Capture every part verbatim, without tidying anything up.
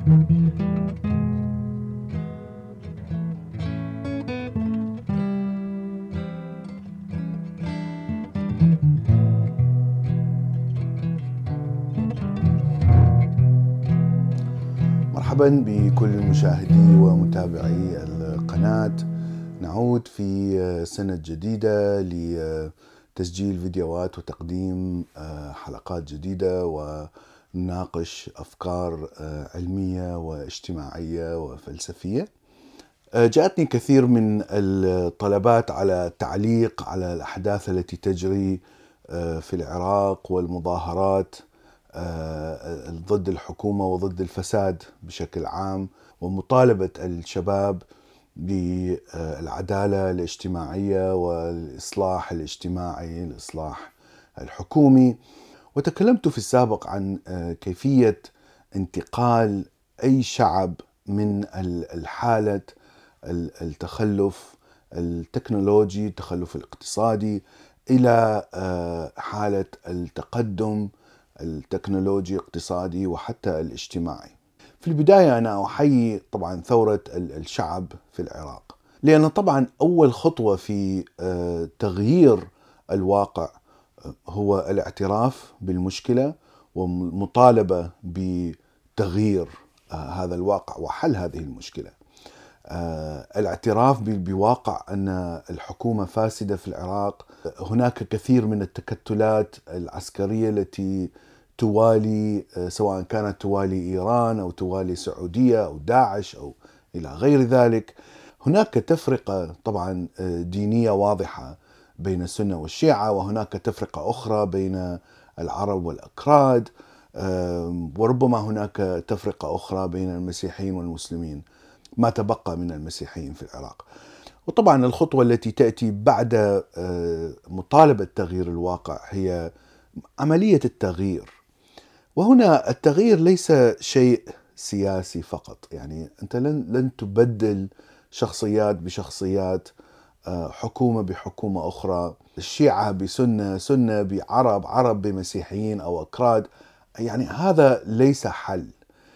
مرحبا بكل مشاهدي ومتابعي القناة. نعود في سنة جديدة لتسجيل فيديوهات وتقديم حلقات جديدة ونناقش أفكار علمية واجتماعية وفلسفية. جاءتني كثير من الطلبات على التعليق على الأحداث التي تجري في العراق والمظاهرات ضد الحكومة وضد الفساد بشكل عام، ومطالبة الشباب بالعدالة الاجتماعية والإصلاح الاجتماعي، الإصلاح الحكومي. وتكلمت في السابق عن كيفية انتقال أي شعب من الحالة التخلف التكنولوجي، التخلف الاقتصادي، إلى حالة التقدم التكنولوجي الاقتصادي وحتى الاجتماعي. في البداية أنا أحيي طبعا ثورة الشعب في العراق، لأن طبعا أول خطوة في تغيير الواقع هو الاعتراف بالمشكلة والمطالبة بتغيير هذا الواقع وحل هذه المشكلة. الاعتراف بواقع أن الحكومة فاسدة في العراق. هناك كثير من التكتلات العسكرية التي توالي، سواء كانت توالي إيران أو توالي السعودية أو داعش أو إلى غير ذلك. هناك تفرقة طبعا دينية واضحة بين السنة والشيعة، وهناك تفرقة أخرى بين العرب والأكراد، وربما هناك تفرقة أخرى بين المسيحيين والمسلمين، ما تبقى من المسيحيين في العراق. وطبعا الخطوة التي تأتي بعد مطالبة تغيير الواقع هي عملية التغيير. وهنا التغيير ليس شيء سياسي فقط، يعني أنت لن, لن تبدل شخصيات بشخصيات، حكومة بحكومة أخرى، الشيعة بسنة، سنة بعرب، عرب بمسيحيين أو أكراد. يعني هذا ليس حل،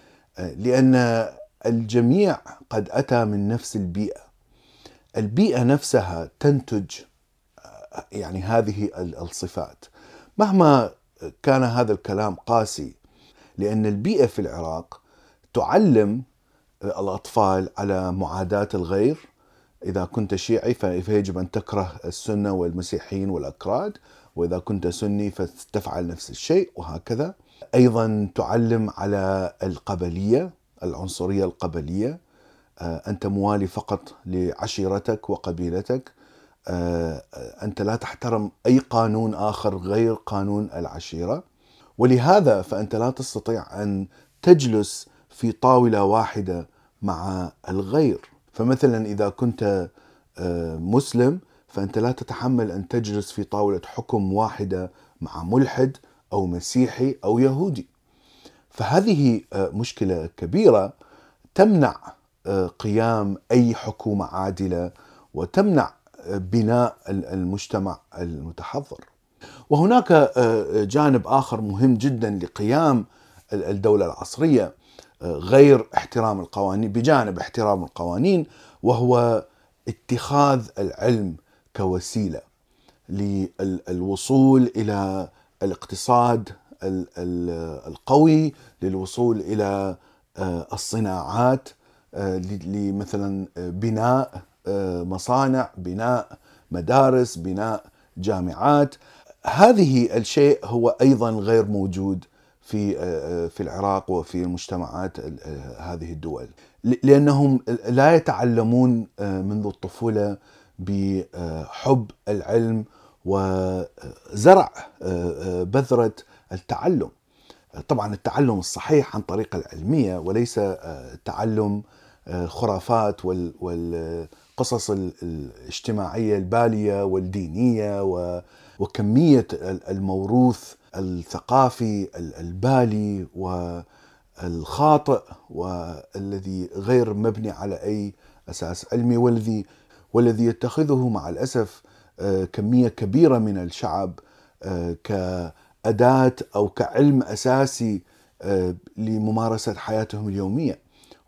لأن الجميع قد أتى من نفس البيئة. البيئة نفسها تنتج يعني هذه الصفات، مهما كان هذا الكلام قاسي، لأن البيئة في العراق تعلم الأطفال على معاداة الغير. إذا كنت شيعي فيجب أن تكره السنة والمسيحيين والأكراد، وإذا كنت سني فتفعل نفس الشيء، وهكذا. أيضا تعلم على القبلية، العنصرية القبلية، أنت موالي فقط لعشيرتك وقبيلتك، أنت لا تحترم أي قانون آخر غير قانون العشيرة، ولهذا فأنت لا تستطيع أن تجلس في طاولة واحدة مع الغير. فمثلا إذا كنت مسلم فأنت لا تتحمل أن تجلس في طاولة حكم واحدة مع ملحد أو مسيحي أو يهودي. فهذه مشكلة كبيرة تمنع قيام أي حكومة عادلة وتمنع بناء المجتمع المتحضر. وهناك جانب آخر مهم جدا لقيام الدولة العصرية غير احترام القوانين، بجانب احترام القوانين، وهو اتخاذ العلم كوسيلة للوصول إلى الاقتصاد القوي، للوصول إلى الصناعات، لمثلا بناء مصانع، بناء مدارس، بناء جامعات. هذه الشيء هو أيضا غير موجود في في العراق وفي المجتمعات هذه الدول، لأنهم لا يتعلمون منذ الطفولة بحب العلم وزرع بذرة التعلم. طبعا التعلم الصحيح عن طريق العلمية، وليس تعلم الخرافات والقصص الاجتماعية البالية والدينية وكمية الموروث الثقافي البالي والخاطئ والذي غير مبني على أي أساس علمي، والذي والذي يتخذه مع الأسف كمية كبيرة من الشعب كأداة أو كعلم أساسي لممارسة حياتهم اليومية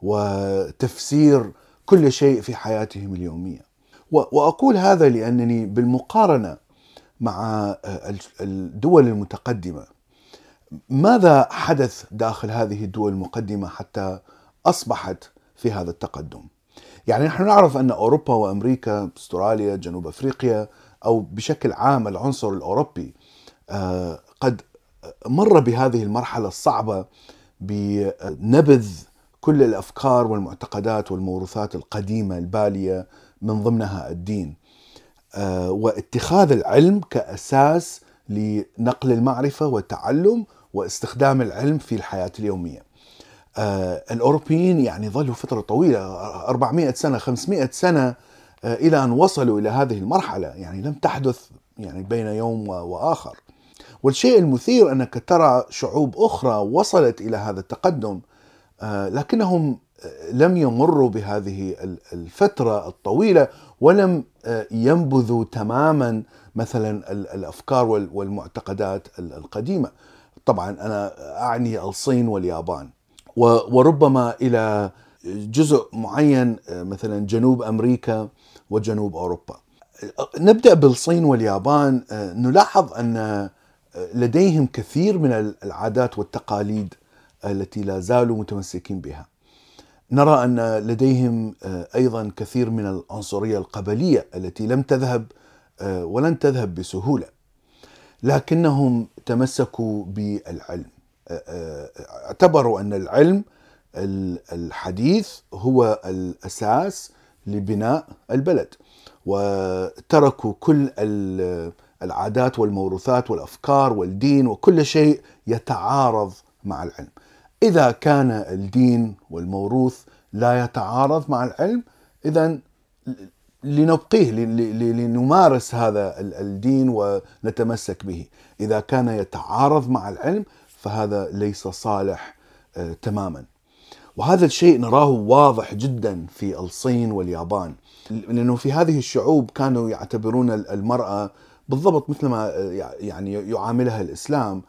وتفسير كل شيء في حياتهم اليومية. وأقول هذا لأنني بالمقارنة مع الدول المتقدمة، ماذا حدث داخل هذه الدول المقدمة حتى أصبحت في هذا التقدم؟ يعني نحن نعرف أن أوروبا وأمريكا، استراليا، جنوب أفريقيا، أو بشكل عام العنصر الأوروبي قد مر بهذه المرحلة الصعبة بنبذ كل الأفكار والمعتقدات والموروثات القديمة البالية، من ضمنها الدين، واتخاذ العلم كأساس لنقل المعرفة والتعلم واستخدام العلم في الحياة اليومية. الأوروبيين يعني ظلوا فترة طويلة، أربعمائة سنة، خمسمائة سنة، إلى أن وصلوا إلى هذه المرحلة، يعني لم تحدث يعني بين يوم وآخر. والشيء المثير أنك ترى شعوب أخرى وصلت إلى هذا التقدم، لكنهم لم يمروا بهذه الفترة الطويلة ولم ينبذوا تماما مثلا الأفكار والمعتقدات القديمة. طبعا أنا أعني الصين واليابان، وربما إلى جزء معين مثلا جنوب أمريكا وجنوب أوروبا. نبدأ بالصين واليابان. نلاحظ أن لديهم كثير من العادات والتقاليد التي لا زالوا متمسكين بها. نرى أن لديهم أيضا كثير من العنصرية القبلية التي لم تذهب ولن تذهب بسهولة، لكنهم تمسكوا بالعلم، اعتبروا أن العلم الحديث هو الأساس لبناء البلد، وتركوا كل العادات والموروثات والأفكار والدين وكل شيء يتعارض مع العلم. إذا كان الدين والموروث لا يتعارض مع العلم، إذن لنبقيه، لنمارس هذا الدين ونتمسك به. إذا كان يتعارض مع العلم فهذا ليس صالح تماما. وهذا الشيء نراه واضح جدا في الصين واليابان، لأنه في هذه الشعوب كانوا يعتبرون المرأة بالضبط مثل ما يعني يعاملها الإسلام،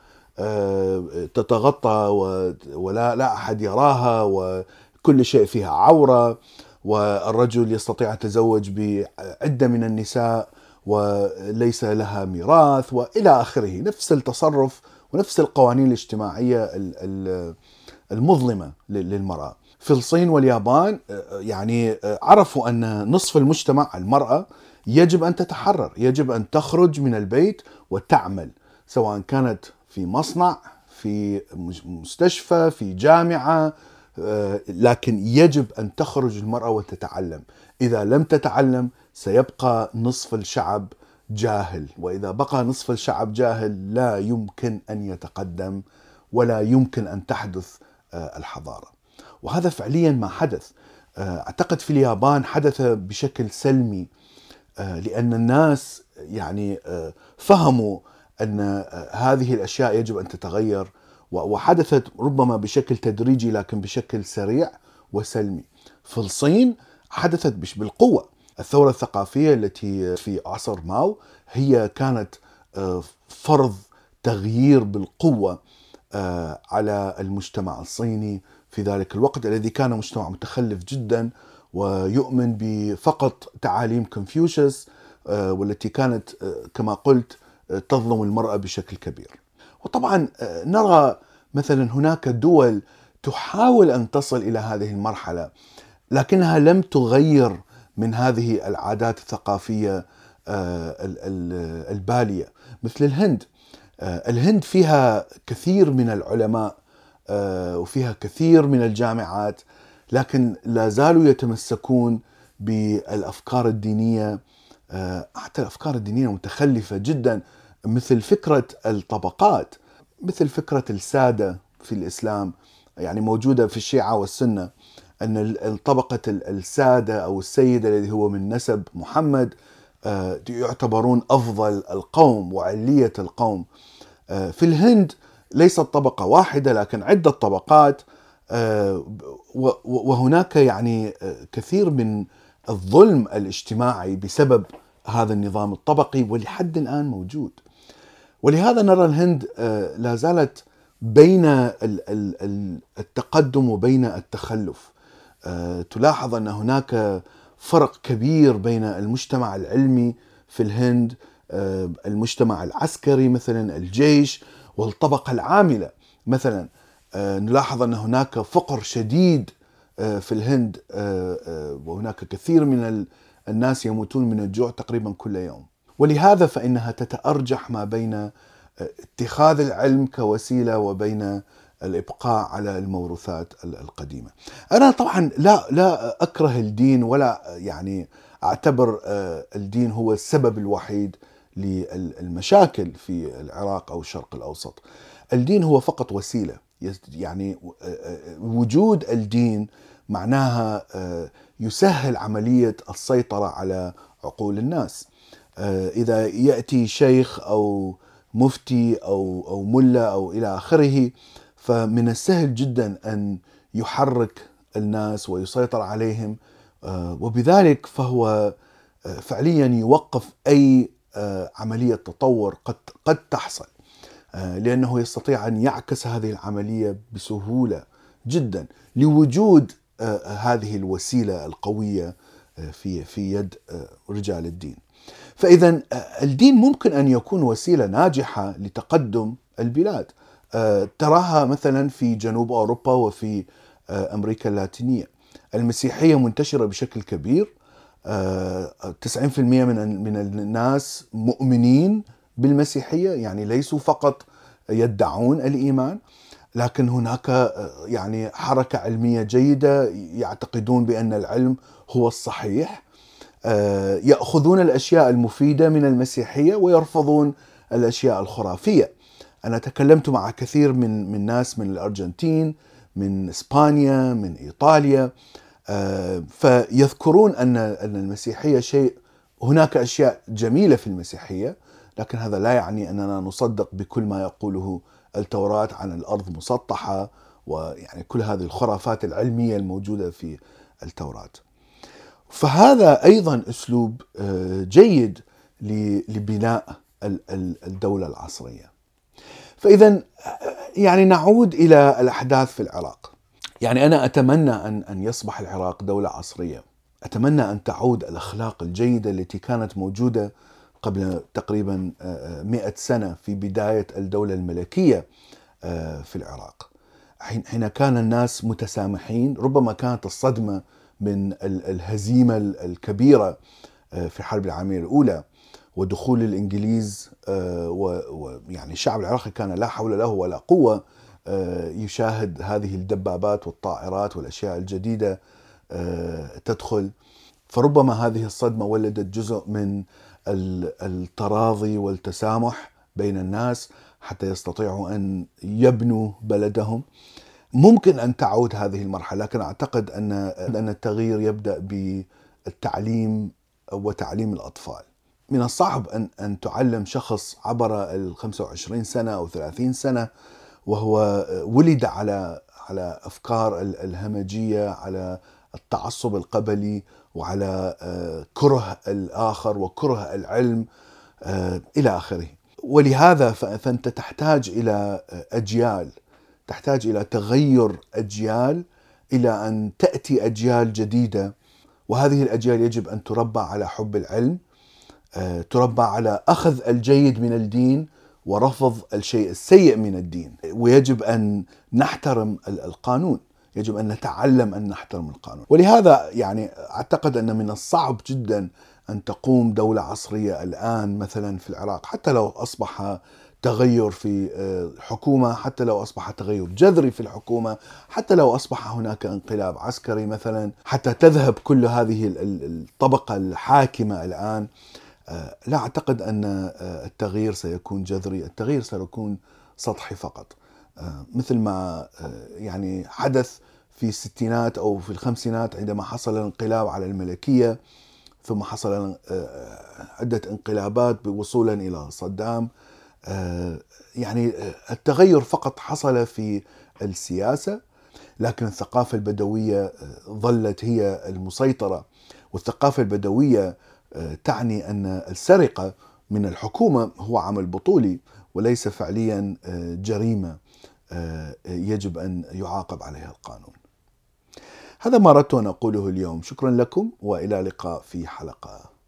تتغطى ولا لا أحد يراها، وكل شيء فيها عورة، والرجل يستطيع التزوج بعدة من النساء وليس لها ميراث وإلى آخره. نفس التصرف ونفس القوانين الاجتماعية المظلمة للمرأة. في الصين واليابان يعني عرفوا أن نصف المجتمع المرأة يجب أن تتحرر، يجب أن تخرج من البيت وتعمل، سواء كانت في مصنع، في مستشفى، في جامعة، لكن يجب أن تخرج المرأة وتتعلم. إذا لم تتعلم سيبقى نصف الشعب جاهل، وإذا بقى نصف الشعب جاهل لا يمكن أن يتقدم ولا يمكن أن تحدث الحضارة. وهذا فعليا ما حدث. أعتقد في اليابان حدث بشكل سلمي، لأن الناس يعني فهموا أن هذه الأشياء يجب أن تتغير، وحدثت ربما بشكل تدريجي لكن بشكل سريع وسلمي. في الصين حدثت بالقوة. الثورة الثقافية التي في عصر ماو هي كانت فرض تغيير بالقوة على المجتمع الصيني في ذلك الوقت، الذي كان مجتمع متخلف جدا ويؤمن بفقط تعاليم كونفوشيوس، والتي كانت كما قلت تظلم المرأة بشكل كبير. وطبعا نرى مثلا هناك دول تحاول أن تصل إلى هذه المرحلة لكنها لم تغير من هذه العادات الثقافية البالية، مثل الهند. الهند فيها كثير من العلماء وفيها كثير من الجامعات، لكن لا زالوا يتمسكون بالأفكار الدينية، حتى الأفكار الدينية متخلفة جدا، مثل فكرة الطبقات، مثل فكرة السادة في الإسلام، يعني موجودة في الشيعة والسنة، أن الطبقة السادة أو السيد الذي هو من نسب محمد يعتبرون أفضل القوم وعلية القوم. في الهند ليست طبقة واحدة لكن عدة طبقات، وهناك يعني كثير من الظلم الاجتماعي بسبب هذا النظام الطبقي، ولحد الآن موجود. ولهذا نرى الهند لا زالت بين التقدم وبين التخلف. تلاحظ أن هناك فرق كبير بين المجتمع العلمي في الهند، المجتمع العسكري مثلا الجيش، والطبقة العاملة مثلا. نلاحظ أن هناك فقر شديد في الهند، وهناك كثير من الناس يموتون من الجوع تقريبا كل يوم. ولهذا فإنها تتأرجح ما بين اتخاذ العلم كوسيلة وبين الإبقاء على الموروثات القديمة. أنا طبعا لا لا أكره الدين، ولا يعني أعتبر الدين هو السبب الوحيد للمشاكل في العراق أو الشرق الأوسط. الدين هو فقط وسيلة. يعني وجود الدين معناها يسهل عملية السيطرة على عقول الناس. إذا يأتي شيخ أو مفتي أو أو ملا أو إلى آخره، فمن السهل جدا أن يحرك الناس ويسيطر عليهم، وبذلك فهو فعليا يوقف أي عملية تطور قد قد تحصل، لأنه يستطيع أن يعكس هذه العملية بسهولة جدا لوجود هذه الوسيلة القوية في في يد رجال الدين. فإذا الدين ممكن أن يكون وسيلة ناجحة لتقدم البلاد. تراها مثلا في جنوب أوروبا وفي أمريكا اللاتينية. المسيحية منتشرة بشكل كبير، تسعين بالمئة من من الناس مؤمنين بالمسيحية، يعني ليسوا فقط يدعون الإيمان، لكن هناك يعني حركة علمية جيدة، يعتقدون بأن العلم هو الصحيح، يأخذون الأشياء المفيدة من المسيحية ويرفضون الأشياء الخرافية. أنا تكلمت مع كثير من من ناس من الأرجنتين، من إسبانيا، من إيطاليا، فيذكرون أن أن المسيحية شيء، هناك أشياء جميلة في المسيحية، لكن هذا لا يعني أننا نصدق بكل ما يقوله التوراة عن الأرض مسطحة، ويعني كل هذه الخرافات العلمية الموجودة في التوراة. فهذا أيضا أسلوب جيد لبناء الدولة العصرية. فإذا يعني نعود إلى الأحداث في العراق. يعني أنا أتمنى أن أن يصبح العراق دولة عصرية. أتمنى أن تعود الأخلاق الجيدة التي كانت موجودة قبل تقريبا مئة سنة في بداية الدولة الملكية في العراق، حين كان الناس متسامحين. ربما كانت الصدمة من الهزيمة الكبيرة في حرب العالمية الأولى ودخول الإنجليز، ويعني الشعب العراقي كان لا حول له ولا قوة يشاهد هذه الدبابات والطائرات والأشياء الجديدة تدخل. فربما هذه الصدمة ولدت جزء من التراضي والتسامح بين الناس حتى يستطيعوا أن يبنوا بلدهم. ممكن أن تعود هذه المرحلة، لكن أعتقد أن أن التغيير يبدأ بالتعليم وتعليم الأطفال. من الصعب أن أن تعلم شخص عبر ال خمسة وعشرين سنة أو ثلاثين سنة وهو ولد على على أفكار الهمجية، على التعصب القبلي، وعلى كره الآخر وكره العلم إلى آخره. ولهذا فأنت تحتاج إلى أجيال، تحتاج إلى تغير أجيال، إلى أن تأتي أجيال جديدة. وهذه الأجيال يجب أن تربى على حب العلم، تربى على أخذ الجيد من الدين ورفض الشيء السيء من الدين. ويجب أن نحترم القانون، يجب أن نتعلم أن نحترم القانون. ولهذا يعني أعتقد أن من الصعب جدا أن تقوم دولة عصرية الآن مثلا في العراق، حتى لو أصبح تغير في الحكومة، حتى لو أصبح تغير جذري في الحكومة، حتى لو أصبح هناك انقلاب عسكري مثلا، حتى تذهب كل هذه الطبقة الحاكمة الآن. لا أعتقد أن التغيير سيكون جذري، التغيير سيكون سطحي فقط، مثل ما يعني حدث في الستينات أو في الخمسينات عندما حصل الانقلاب على الملكية، ثم حصل عدة انقلابات وصولا إلى صدام. يعني التغير فقط حصل في السياسة، لكن الثقافة البدوية ظلت هي المسيطرة. والثقافة البدوية تعني أن السرقة من الحكومة هو عمل بطولي وليس فعليا جريمة يجب أن يعاقب عليها القانون. هذا ما أردت أن أقوله اليوم. شكرا لكم وإلى اللقاء في حلقة